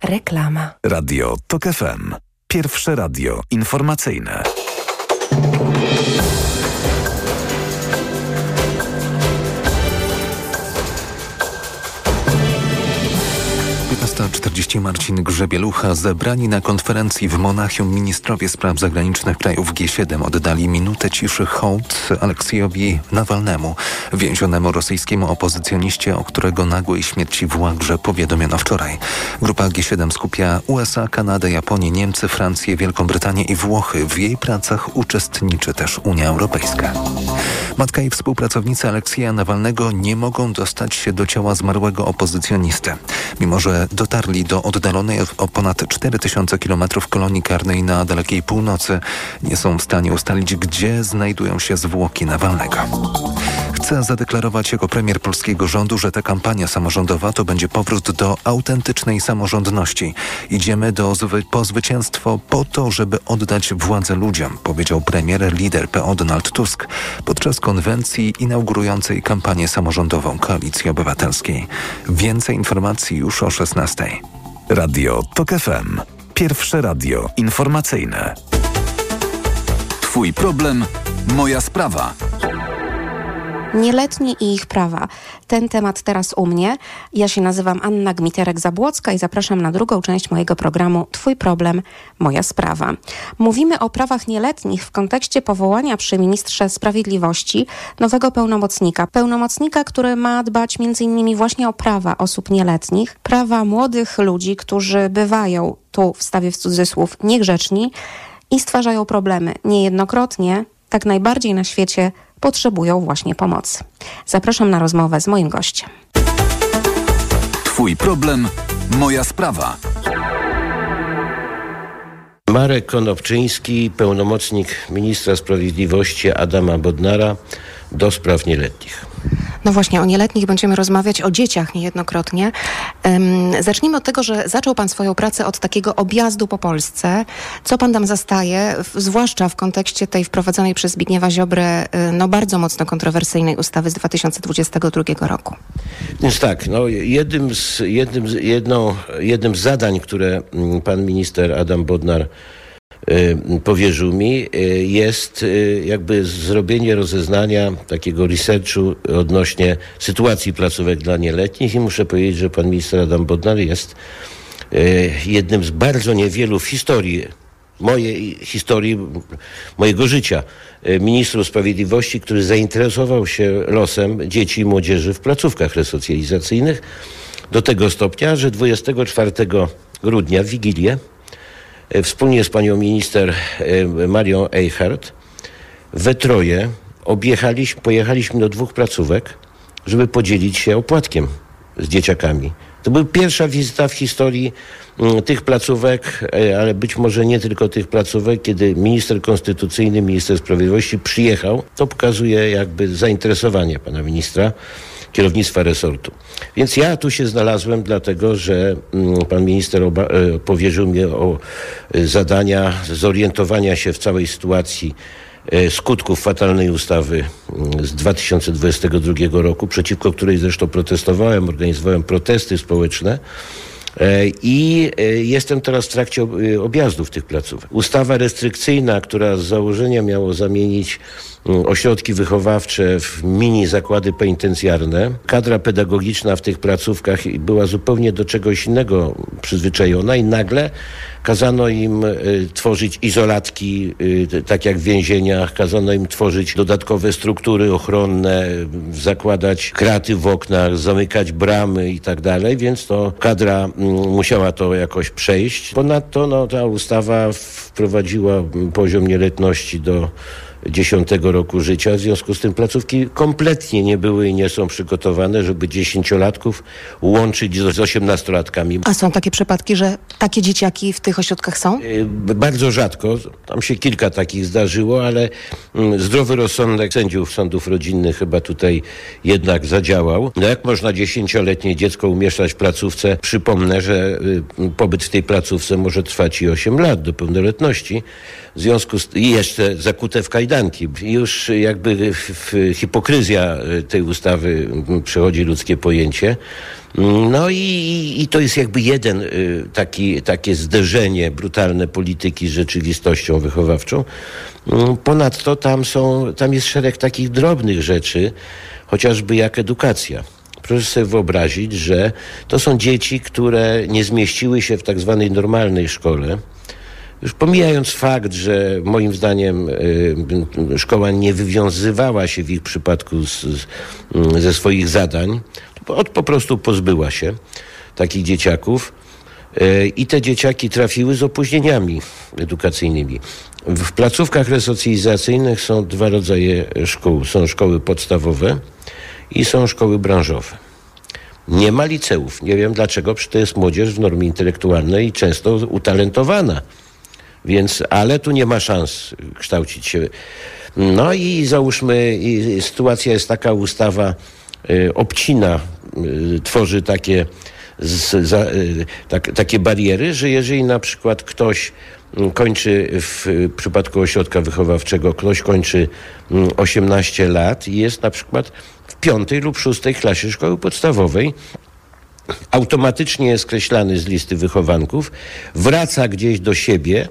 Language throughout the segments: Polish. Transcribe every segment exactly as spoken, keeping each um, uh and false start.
Reklama. Radio TOK F M. Pierwsze radio informacyjne. piętnasta czterdzieści Marcin Grzebielucha. Zebrani na konferencji w Monachium ministrowie spraw zagranicznych krajów G siedem oddali minutę ciszy hołd Aleksiejowi Nawalnemu, więzionemu rosyjskiemu opozycjoniście, o którego nagłej śmierci w Łagrze powiadomiono wczoraj. Grupa G siedem skupia U S A, Kanadę, Japonię, Niemcy, Francję, Wielką Brytanię i Włochy. W jej pracach uczestniczy też Unia Europejska. Matka i współpracownicy Aleksieja Nawalnego nie mogą dostać się do ciała zmarłego opozycjonisty. Mimo że dotarli do oddalonej o ponad cztery tysiące kilometrów kolonii karnej na dalekiej północy, nie są w stanie ustalić, gdzie znajdują się zwłoki Nawalnego. Chce zadeklarować jako premier polskiego rządu, że ta kampania samorządowa to będzie powrót do autentycznej samorządności. Idziemy do zwy- po zwycięstwo po to, żeby oddać władzę ludziom, powiedział premier, lider P O Donald Tusk podczas konwencji inaugurującej kampanię samorządową Koalicji Obywatelskiej. Więcej informacji już o szesnastej. Radio TOK F M. Pierwsze radio informacyjne. Twój problem, moja sprawa. Nieletni i ich prawa. Ten temat teraz u mnie. Ja się nazywam Anna Gmiterek-Zabłocka i zapraszam na drugą część mojego programu Twój problem, moja sprawa. Mówimy o prawach nieletnich w kontekście powołania przy ministrze sprawiedliwości nowego pełnomocnika. Pełnomocnika, który ma dbać między innymi właśnie o prawa osób nieletnich, prawa młodych ludzi, którzy bywają, tu wstawię w cudzysłów, niegrzeczni i stwarzają problemy. Niejednokrotnie, tak najbardziej na świecie, potrzebują właśnie pomocy. Zapraszam na rozmowę z moim gościem. Twój problem, moja sprawa. Marek Konopczyński, pełnomocnik ministra sprawiedliwości Adama Bodnara do spraw nieletnich. No właśnie, o nieletnich będziemy rozmawiać, o dzieciach niejednokrotnie. Um, zacznijmy od tego, że zaczął pan swoją pracę od takiego objazdu po Polsce. Co pan tam zastaje, w, zwłaszcza w kontekście tej wprowadzonej przez Zbigniewa Ziobrę no bardzo mocno kontrowersyjnej ustawy z dwa tysiące dwudziestego drugiego roku? Więc tak, no jednym z, jednym, z, jedną, jednym z zadań, które pan minister Adam Bodnar powierzył mi, jest jakby zrobienie rozeznania, takiego researchu odnośnie sytuacji placówek dla nieletnich i muszę powiedzieć, że pan minister Adam Bodnar jest jednym z bardzo niewielu w historii, mojej historii, mojego życia, ministrów sprawiedliwości, który zainteresował się losem dzieci i młodzieży w placówkach resocjalizacyjnych do tego stopnia, że dwudziestego czwartego grudnia w Wigilię wspólnie z panią minister Marią Eichhardt we troje objechaliśmy, pojechaliśmy do dwóch placówek, żeby podzielić się opłatkiem z dzieciakami. To była pierwsza wizyta w historii tych placówek, ale być może nie tylko tych placówek, kiedy minister konstytucyjny, minister sprawiedliwości przyjechał. To pokazuje jakby zainteresowanie pana ministra, kierownictwa resortu. Więc ja tu się znalazłem dlatego, że pan minister oba, powierzył mi o zadania zorientowania się w całej sytuacji skutków fatalnej ustawy z dwa tysiące dwudziestego drugiego roku, przeciwko której zresztą protestowałem, organizowałem protesty społeczne. I jestem teraz w trakcie objazdów tych placówek. Ustawa restrykcyjna, która z założenia miało zamienić ośrodki wychowawcze w mini zakłady penitencjarne. Kadra pedagogiczna w tych placówkach była zupełnie do czegoś innego przyzwyczajona i nagle kazano im y, tworzyć izolatki, y, tak jak w więzieniach, kazano im tworzyć dodatkowe struktury ochronne, y, zakładać kraty w oknach, zamykać bramy i tak dalej, więc to kadra y, musiała to jakoś przejść. Ponadto no, ta ustawa wprowadziła poziom nieletności do dziesiątego roku życia. W związku z tym placówki kompletnie nie były i nie są przygotowane, żeby dziesięciolatków łączyć z osiemnastolatkami. A są takie przypadki, że takie dzieciaki w tych ośrodkach są? Bardzo rzadko. Tam się kilka takich zdarzyło, ale zdrowy rozsądek sędziów sądów rodzinnych chyba tutaj jednak zadziałał. No jak można dziesięcioletnie dziecko umieszczać w placówce? Przypomnę, że pobyt w tej placówce może trwać i osiem lat do pełnoletności. W związku z i jeszcze zakute w kajdanki. kajdanki. Już jakby hipokryzja tej ustawy przechodzi ludzkie pojęcie. No i, i to jest jakby jeden taki, takie zderzenie brutalne polityki z rzeczywistością wychowawczą. Ponadto tam są, tam jest szereg takich drobnych rzeczy, chociażby jak edukacja. Proszę sobie wyobrazić, że to są dzieci, które nie zmieściły się w tak zwanej normalnej szkole. Już pomijając fakt, że moim zdaniem y, szkoła nie wywiązywała się w ich przypadku z, z, ze swoich zadań, od, po prostu pozbyła się takich dzieciaków y, i te dzieciaki trafiły z opóźnieniami edukacyjnymi. W placówkach resocjalizacyjnych są dwa rodzaje szkół. Są szkoły podstawowe i są szkoły branżowe. Nie ma liceów. Nie wiem dlaczego, przecież to jest młodzież w normie intelektualnej i często utalentowana. Więc, ale tu nie ma szans kształcić się. No i załóżmy, i sytuacja jest taka, ustawa y, obcina, y, tworzy takie, z, za, y, tak, takie bariery, że jeżeli na przykład ktoś kończy w przypadku ośrodka wychowawczego, ktoś kończy osiemnaście lat i jest na przykład w piątej lub szóstej klasie szkoły podstawowej, automatycznie jest skreślany z listy wychowanków, wraca gdzieś do siebie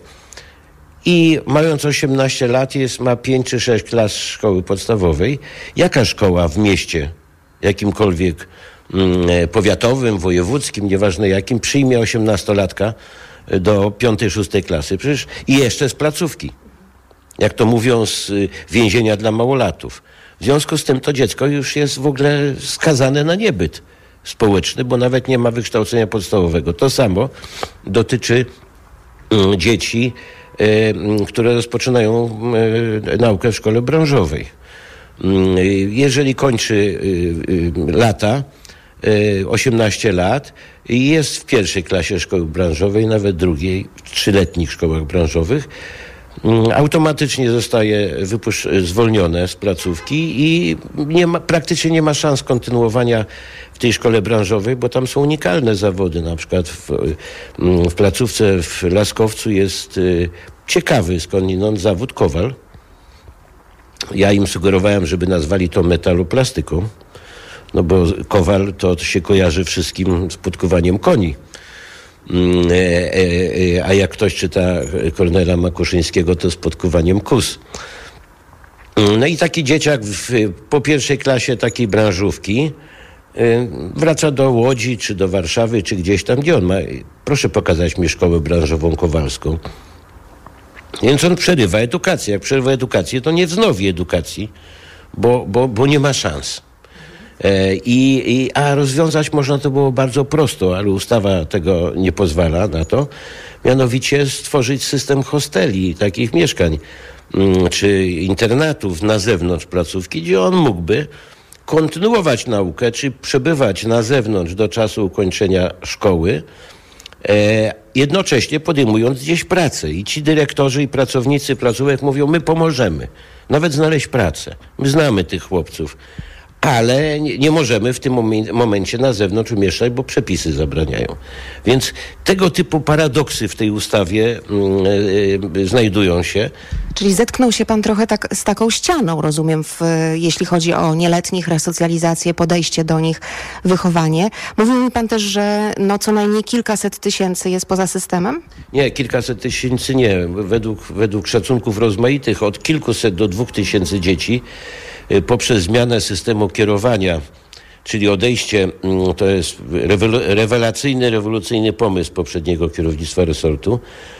i mając osiemnaście lat jest, ma pięć czy sześć klas szkoły podstawowej. Jaka szkoła w mieście, jakimkolwiek mm, powiatowym, wojewódzkim, nieważne jakim, przyjmie osiemnastolatka do piątej, szóstej klasy? Przecież i jeszcze z placówki. Jak to mówią, z więzienia dla małolatów. W związku z tym to dziecko już jest w ogóle skazane na niebyt społeczny, bo nawet nie ma wykształcenia podstawowego. To samo dotyczy y, dzieci, y, które rozpoczynają y, naukę w szkole branżowej. Y, jeżeli kończy y, y, lata, y, osiemnaście lat i jest w pierwszej klasie szkoły branżowej, nawet drugiej, w trzyletnich szkołach branżowych, automatycznie zostaje wypusz- zwolnione z placówki i nie ma, praktycznie nie ma szans kontynuowania w tej szkole branżowej, bo tam są unikalne zawody. Na przykład w, w placówce w Laskowcu jest y, ciekawy skądinąd zawód kowal. Ja im sugerowałem, żeby nazwali to metaloplastyką, no bo kowal to się kojarzy wszystkim z płotkowaniem koni. A jak ktoś czyta Kornela Makuszyńskiego, to z podkuwaniem kóz. No i taki dzieciak w, po pierwszej klasie takiej branżówki wraca do Łodzi, czy do Warszawy, czy gdzieś tam, gdzie on ma. Proszę pokazać mi szkołę branżową kowalską. Więc on przerywa edukację. Jak przerywa edukację, to nie wznowi edukacji, bo, bo, bo nie ma szans. I, i, a rozwiązać można to było bardzo prosto, ale ustawa tego nie pozwala na to. Mianowicie stworzyć system hosteli, takich mieszkań, czy internatów na zewnątrz placówki, gdzie on mógłby kontynuować naukę, czy przebywać na zewnątrz do czasu ukończenia szkoły, e, jednocześnie podejmując gdzieś pracę. I ci dyrektorzy i pracownicy placówek mówią, my pomożemy, nawet znaleźć pracę. My znamy tych chłopców. Ale nie, nie możemy w tym momen- momencie na zewnątrz umieszczać, bo przepisy zabraniają. Więc tego typu paradoksy w tej ustawie yy, yy, znajdują się. Czyli zetknął się pan trochę tak z taką ścianą, rozumiem, w, jeśli chodzi o nieletnich, resocjalizację, podejście do nich, wychowanie. Mówił mi pan też, że no co najmniej kilkaset tysięcy jest poza systemem? Nie, kilkaset tysięcy nie. Według, według szacunków rozmaitych od kilkuset do dwóch tysięcy dzieci poprzez zmianę systemu kierowania, czyli odejście, to jest rewelacyjny, rewolucyjny pomysł poprzedniego kierownictwa resortu.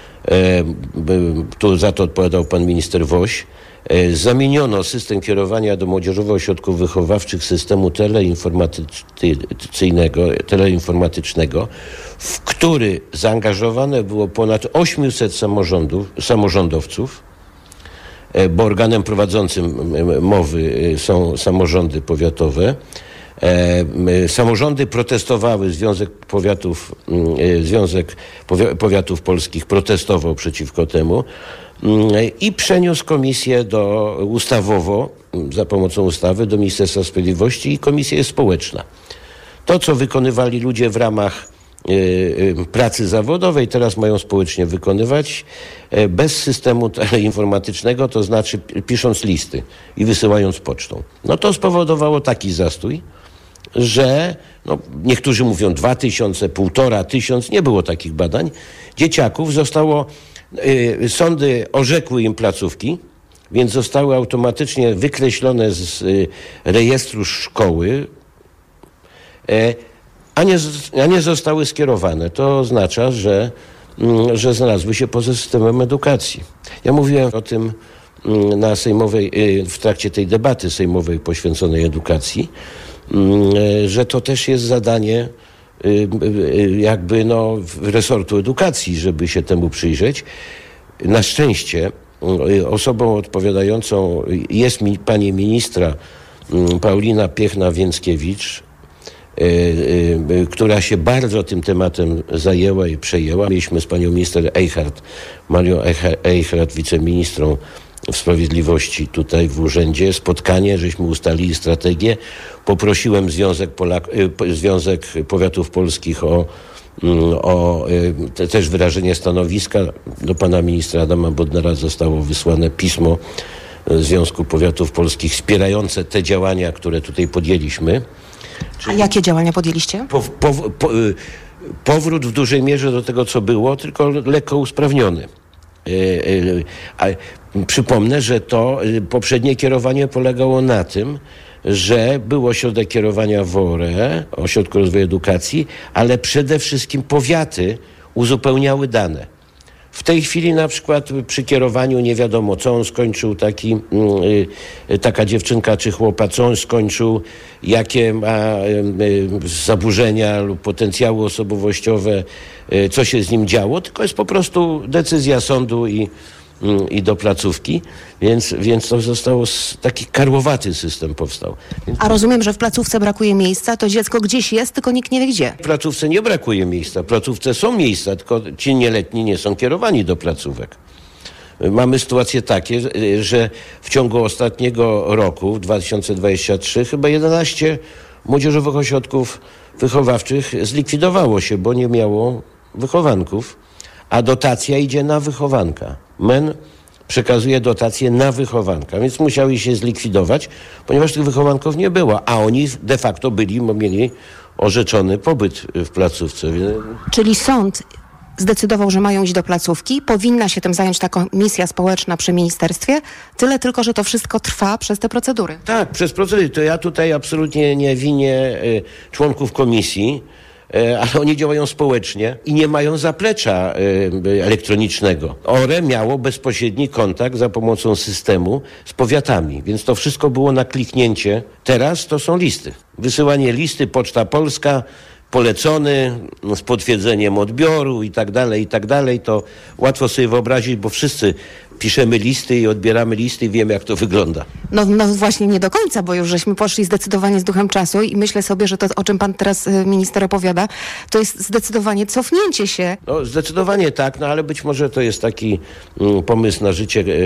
Tu za to odpowiadał pan minister Woś. Zamieniono system kierowania do młodzieżowych ośrodków wychowawczych systemu teleinformatycznego, teleinformatycznego, w który zaangażowane było ponad osiemset samorządów, samorządowców, bo organem prowadzącym mowy są samorządy powiatowe. Samorządy protestowały, Związek Powiatów, Związek Powiatów Polskich protestował przeciwko temu i przeniósł komisję do ustawowo, za pomocą ustawy, do Ministerstwa Sprawiedliwości i komisja jest społeczna. To, co wykonywali ludzie w ramach pracy zawodowej, teraz mają społecznie wykonywać bez systemu teleinformatycznego, to znaczy pisząc listy i wysyłając pocztą. No to spowodowało taki zastój, że no, niektórzy mówią dwa tysiące, półtora tysiąc, nie było takich badań. Dzieciaków zostało, y, sądy orzekły im placówki, więc zostały automatycznie wykreślone z y, rejestru szkoły, y, a, nie, a nie zostały skierowane. To oznacza, że, y, że znalazły się poza systemem edukacji. Ja mówiłem o tym y, na sejmowej, y, w trakcie tej debaty sejmowej poświęconej edukacji, że to też jest zadanie jakby no resortu edukacji, żeby się temu przyjrzeć. Na szczęście osobą odpowiadającą jest mi pani ministra Paulina Piechna-Więckiewicz, która się bardzo tym tematem zajęła i przejęła. Mieliśmy z panią minister Eichhardt, Marią Eichhardt, wiceministrą Sprawiedliwości tutaj w urzędzie, spotkanie, żeśmy ustalili strategię. Poprosiłem Związek, Polak- Związek Powiatów Polskich o, o te, też wyrażenie stanowiska. Do pana ministra Adama Bodnara zostało wysłane pismo Związku Powiatów Polskich wspierające te działania, które tutaj podjęliśmy. Czyli... A jakie działania podjęliście? Po, po, po, powrót w dużej mierze do tego, co było, tylko lekko usprawniony. A przypomnę, że to poprzednie kierowanie polegało na tym, że był ośrodek kierowania w O R E, Ośrodku Rozwoju Edukacji, ale przede wszystkim powiaty uzupełniały dane. W tej chwili na przykład przy kierowaniu nie wiadomo, co on skończył, taki, y, taka dziewczynka czy chłopak, co on skończył, jakie ma y, zaburzenia lub potencjały osobowościowe, y, co się z nim działo, tylko jest po prostu decyzja sądu i, y, i do placówki, więc, więc to zostało, taki karłowaty system powstał. Więc... A rozumiem, że w placówce brakuje miejsca, to dziecko gdzieś jest, tylko nikt nie wie gdzie. W placówce nie brakuje miejsca, w placówce są miejsca, tylko ci nieletni nie są kierowani do placówek. Mamy sytuacje takie, że w ciągu ostatniego roku, dwa tysiące dwudziestego trzeciego, chyba jedenaście młodzieżowych ośrodków wychowawczych zlikwidowało się, bo nie miało wychowanków, a dotacja idzie na wychowanka. M E N przekazuje dotacje na wychowanka, więc musiały się zlikwidować, ponieważ tych wychowanków nie było, a oni de facto byli, bo mieli orzeczony pobyt w placówce. Czyli sąd zdecydował, że mają iść do placówki, powinna się tym zająć ta komisja społeczna przy ministerstwie, tyle tylko, że to wszystko trwa przez te procedury. Tak, przez procedury. To ja tutaj absolutnie nie winię y, członków komisji, ale oni działają społecznie i nie mają zaplecza y, elektronicznego. O R E miało bezpośredni kontakt za pomocą systemu z powiatami, więc to wszystko było na kliknięcie. Teraz to są listy. Wysyłanie listy, Poczta Polska, polecony z potwierdzeniem odbioru i tak dalej, i tak dalej. To łatwo sobie wyobrazić, bo wszyscy piszemy listy i odbieramy listy i wiemy, jak to wygląda. No, no właśnie nie do końca, bo już żeśmy poszli zdecydowanie z duchem czasu i myślę sobie, że to, o czym pan teraz minister opowiada, to jest zdecydowanie cofnięcie się. No zdecydowanie tak, no ale być może to jest taki mm, pomysł na życie y,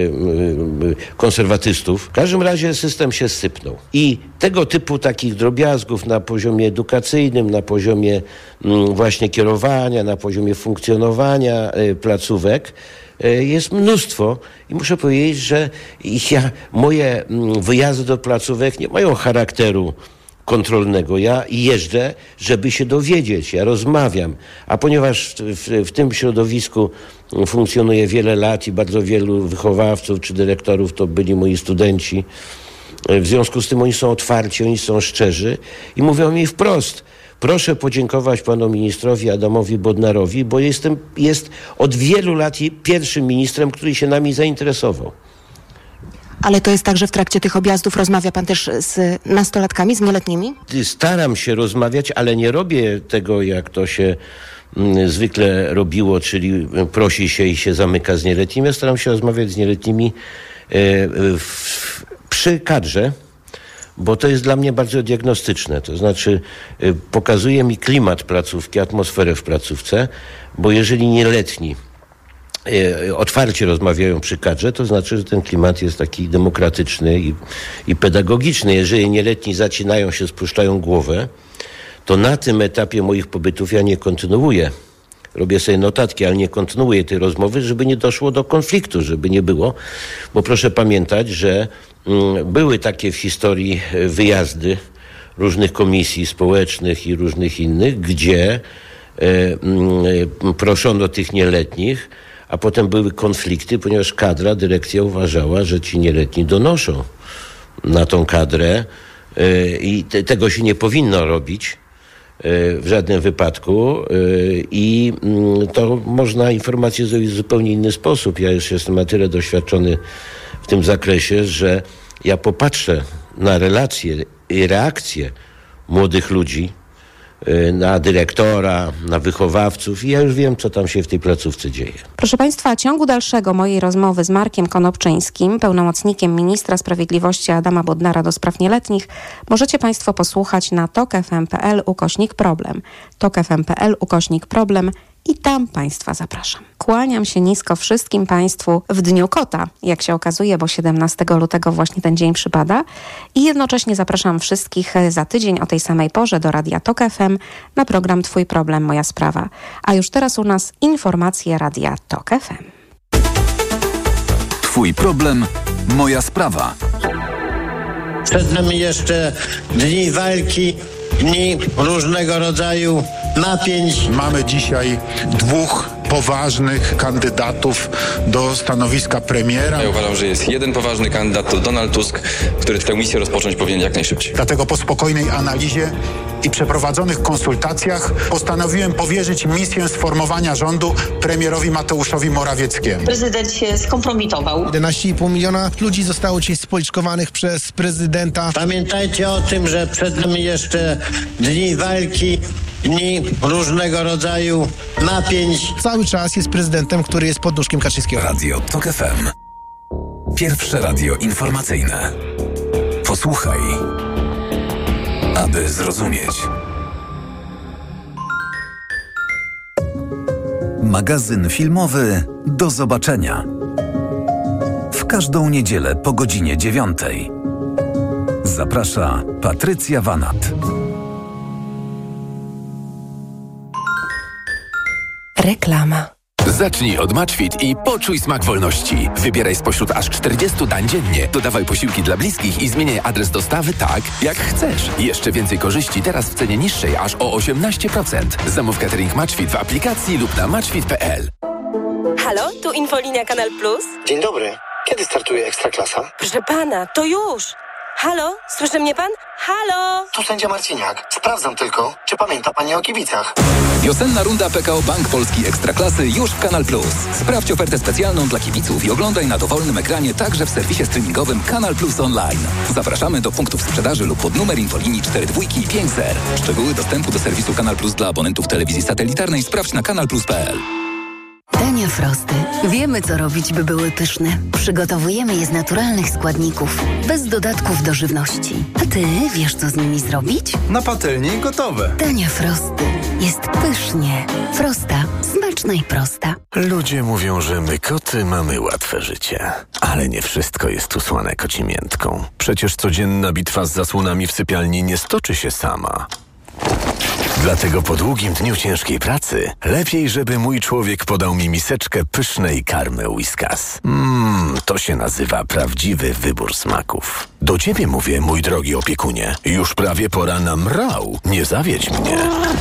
y, konserwatystów. W każdym razie system się sypnął. I tego typu takich drobiazgów na poziomie edukacyjnym, na poziomie mm, właśnie kierowania, na poziomie funkcjonowania y, placówek jest mnóstwo i muszę powiedzieć, że ja, moje wyjazdy do placówek nie mają charakteru kontrolnego. Ja jeżdżę, żeby się dowiedzieć, ja rozmawiam, a ponieważ w, w tym środowisku funkcjonuje wiele lat i bardzo wielu wychowawców czy dyrektorów to byli moi studenci, w związku z tym oni są otwarci, oni są szczerzy i mówią mi wprost: proszę podziękować panu ministrowi Adamowi Bodnarowi, bo jestem, jest od wielu lat pierwszym ministrem, który się nami zainteresował. Ale to jest tak, że w trakcie tych objazdów rozmawia pan też z nastolatkami, z nieletnimi? Staram się rozmawiać, ale nie robię tego, jak to się mm, zwykle robiło, czyli prosi się i się zamyka z nieletnimi. Ja staram się rozmawiać z nieletnimi e, w, przy kadrze, bo to jest dla mnie bardzo diagnostyczne. To znaczy y, pokazuje mi klimat placówki, atmosferę w placówce, bo jeżeli nieletni y, otwarcie rozmawiają przy kadrze, to znaczy, że ten klimat jest taki demokratyczny i, i pedagogiczny. Jeżeli nieletni zacinają się, spuszczają głowę, to na tym etapie moich pobytów ja nie kontynuuję. Robię sobie notatki, ale nie kontynuuję tej rozmowy, żeby nie doszło do konfliktu, żeby nie było. Bo proszę pamiętać, że mm, były takie w historii wyjazdy różnych komisji społecznych i różnych innych, gdzie e, mm, proszono tych nieletnich, a potem były konflikty, ponieważ kadra, dyrekcja uważała, że ci nieletni donoszą na tą kadrę e, i te, tego się nie powinno robić w żadnym wypadku i to można informację zrobić w zupełnie inny sposób. Ja już jestem na tyle doświadczony w tym zakresie, że ja popatrzę na relacje i reakcje młodych ludzi, na dyrektora, na wychowawców i ja już wiem, co tam się w tej placówce dzieje. Proszę Państwa, ciągu dalszego mojej rozmowy z Markiem Konopczyńskim, pełnomocnikiem ministra sprawiedliwości Adama Bodnara do spraw nieletnich, możecie Państwo posłuchać na tok f m kropka p l ukośnik problem. tok f m kropka p l ukośnik problem i tam Państwa zapraszam. Kłaniam się nisko wszystkim Państwu w Dniu Kota, jak się okazuje, bo siedemnastego lutego właśnie ten dzień przypada i jednocześnie zapraszam wszystkich za tydzień o tej samej porze do Radia Tok F M na program Twój problem, moja sprawa. A już teraz u nas informacje Radia Tok F M. Twój problem, moja sprawa. Przed nami jeszcze dni walki, dni różnego rodzaju napięć. Mamy dzisiaj dwóch poważnych kandydatów do stanowiska premiera. Ja uważam, że jest jeden poważny kandydat, to Donald Tusk, który tę misję rozpocząć powinien jak najszybciej. Dlatego po spokojnej analizie i przeprowadzonych konsultacjach postanowiłem powierzyć misję sformowania rządu premierowi Mateuszowi Morawieckiemu. Prezydent się skompromitował. jedenaście i pół miliona ludzi zostało dzisiaj spoliczkowanych przez prezydenta. Pamiętajcie o tym, że przed nami jeszcze dni walki, dni różnego rodzaju napięć. Cały czas jest prezydentem, który jest pod nóżkiem Kaczyńskiego. Radio Tok F M. Pierwsze radio informacyjne. Posłuchaj, aby zrozumieć. Magazyn filmowy Do zobaczenia. W każdą niedzielę po godzinie dziewiątej. Zaprasza Patrycja Wanat. Reklama. Zacznij od Matchfit i poczuj smak wolności. Wybieraj spośród aż czterdziestu dań dziennie. Dodawaj posiłki dla bliskich i zmieniaj adres dostawy tak, jak chcesz. Jeszcze więcej korzyści teraz w cenie niższej aż o osiemnaście procent. Zamów catering Matchfit w aplikacji lub na matchfit kropka p l. Halo, tu Infolinia Kanal Plus. Dzień dobry. Kiedy startuje Ekstraklasa? Proszę pana, to już. Halo, słyszy mnie pan? Halo! Tu sędzia Marciniak. Sprawdzam tylko, czy pamięta pani o kibicach. Wiosenna runda P K O Bank Polski Ekstraklasy już w Kanal Plus. Sprawdź ofertę specjalną dla kibiców i oglądaj na dowolnym ekranie także w serwisie streamingowym Kanal Plus Online. Zapraszamy do punktów sprzedaży lub pod numer infolinii cztery dwa pięć zero. Szczegóły dostępu do serwisu Kanal Plus dla abonentów telewizji satelitarnej sprawdź na kanal plus kropka p l. Dania Frosty. Wiemy, co robić, by były pyszne. Przygotowujemy je z naturalnych składników, bez dodatków do żywności. A ty wiesz, co z nimi zrobić? Na patelni gotowe. Dania Frosty. Jest pysznie. Frosta. Smaczna i prosta. Ludzie mówią, że my koty mamy łatwe życie. Ale nie wszystko jest usłane kocimiętką. Przecież codzienna bitwa z zasłonami w sypialni nie stoczy się sama. Dlatego po długim dniu ciężkiej pracy lepiej, żeby mój człowiek podał mi miseczkę pysznej karmy Whiskas. Mmm, to się nazywa prawdziwy wybór smaków. Do ciebie mówię, mój drogi opiekunie. Już prawie pora na mrał. Nie zawiedź mnie.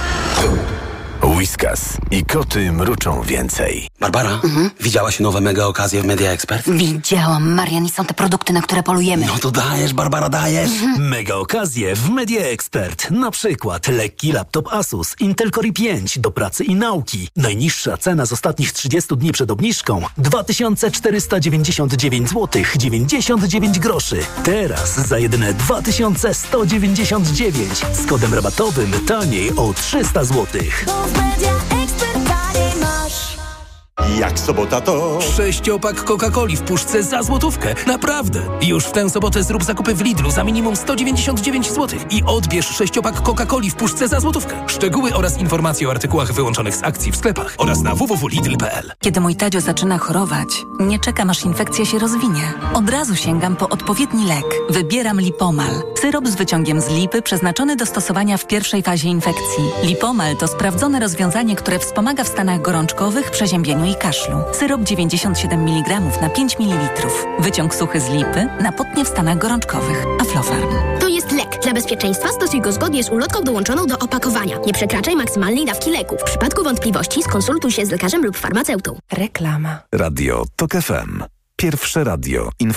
Whiskas i koty mruczą więcej. Barbara, mhm. widziałaś nowe mega okazje w Media Expert? Widziałam, Marian, i są te produkty, na które polujemy. No to dajesz, Barbara, dajesz. Mhm. Mega okazje w Media Expert. Na przykład lekki laptop Asus Intel Core i pięć do pracy i nauki. Najniższa cena z ostatnich trzydziestu dni przed obniżką dwa tysiące czterysta dziewięćdziesiąt dziewięć złotych dziewięćdziesiąt dziewięć groszy. Teraz za jedyne dwa tysiące sto dziewięćdziesiąt dziewięć z kodem rabatowym taniej o trzysta złotych. jak sobota to... Sześciopak Coca-Coli w puszce za złotówkę. Naprawdę. Już w tę sobotę zrób zakupy w Lidlu za minimum sto dziewięćdziesiąt dziewięć złotych i odbierz sześciopak Coca-Coli w puszce za złotówkę. Szczegóły oraz informacje o artykułach wyłączonych z akcji w sklepach oraz na w w w kropka lidl kropka p l. Kiedy mój Tadzio zaczyna chorować, nie czekam aż infekcja się rozwinie. Od razu sięgam po odpowiedni lek. Wybieram Lipomal. Syrop z wyciągiem z lipy przeznaczony do stosowania w pierwszej fazie infekcji. Lipomal to sprawdzone rozwiązanie, które wspomaga w stanach gorączkowych, przeziębieniu i kaszlu. Syrop dziewięćdziesiąt siedem miligramów na pięć mililitrów. Wyciąg suchy z lipy na potnie w stanach gorączkowych. Aflofarm. To jest lek. Dla bezpieczeństwa stosuj go zgodnie z ulotką dołączoną do opakowania. Nie przekraczaj maksymalnej dawki leku. W przypadku wątpliwości skonsultuj się z lekarzem lub farmaceutą. Reklama. Radio TOK F M. Pierwsze radio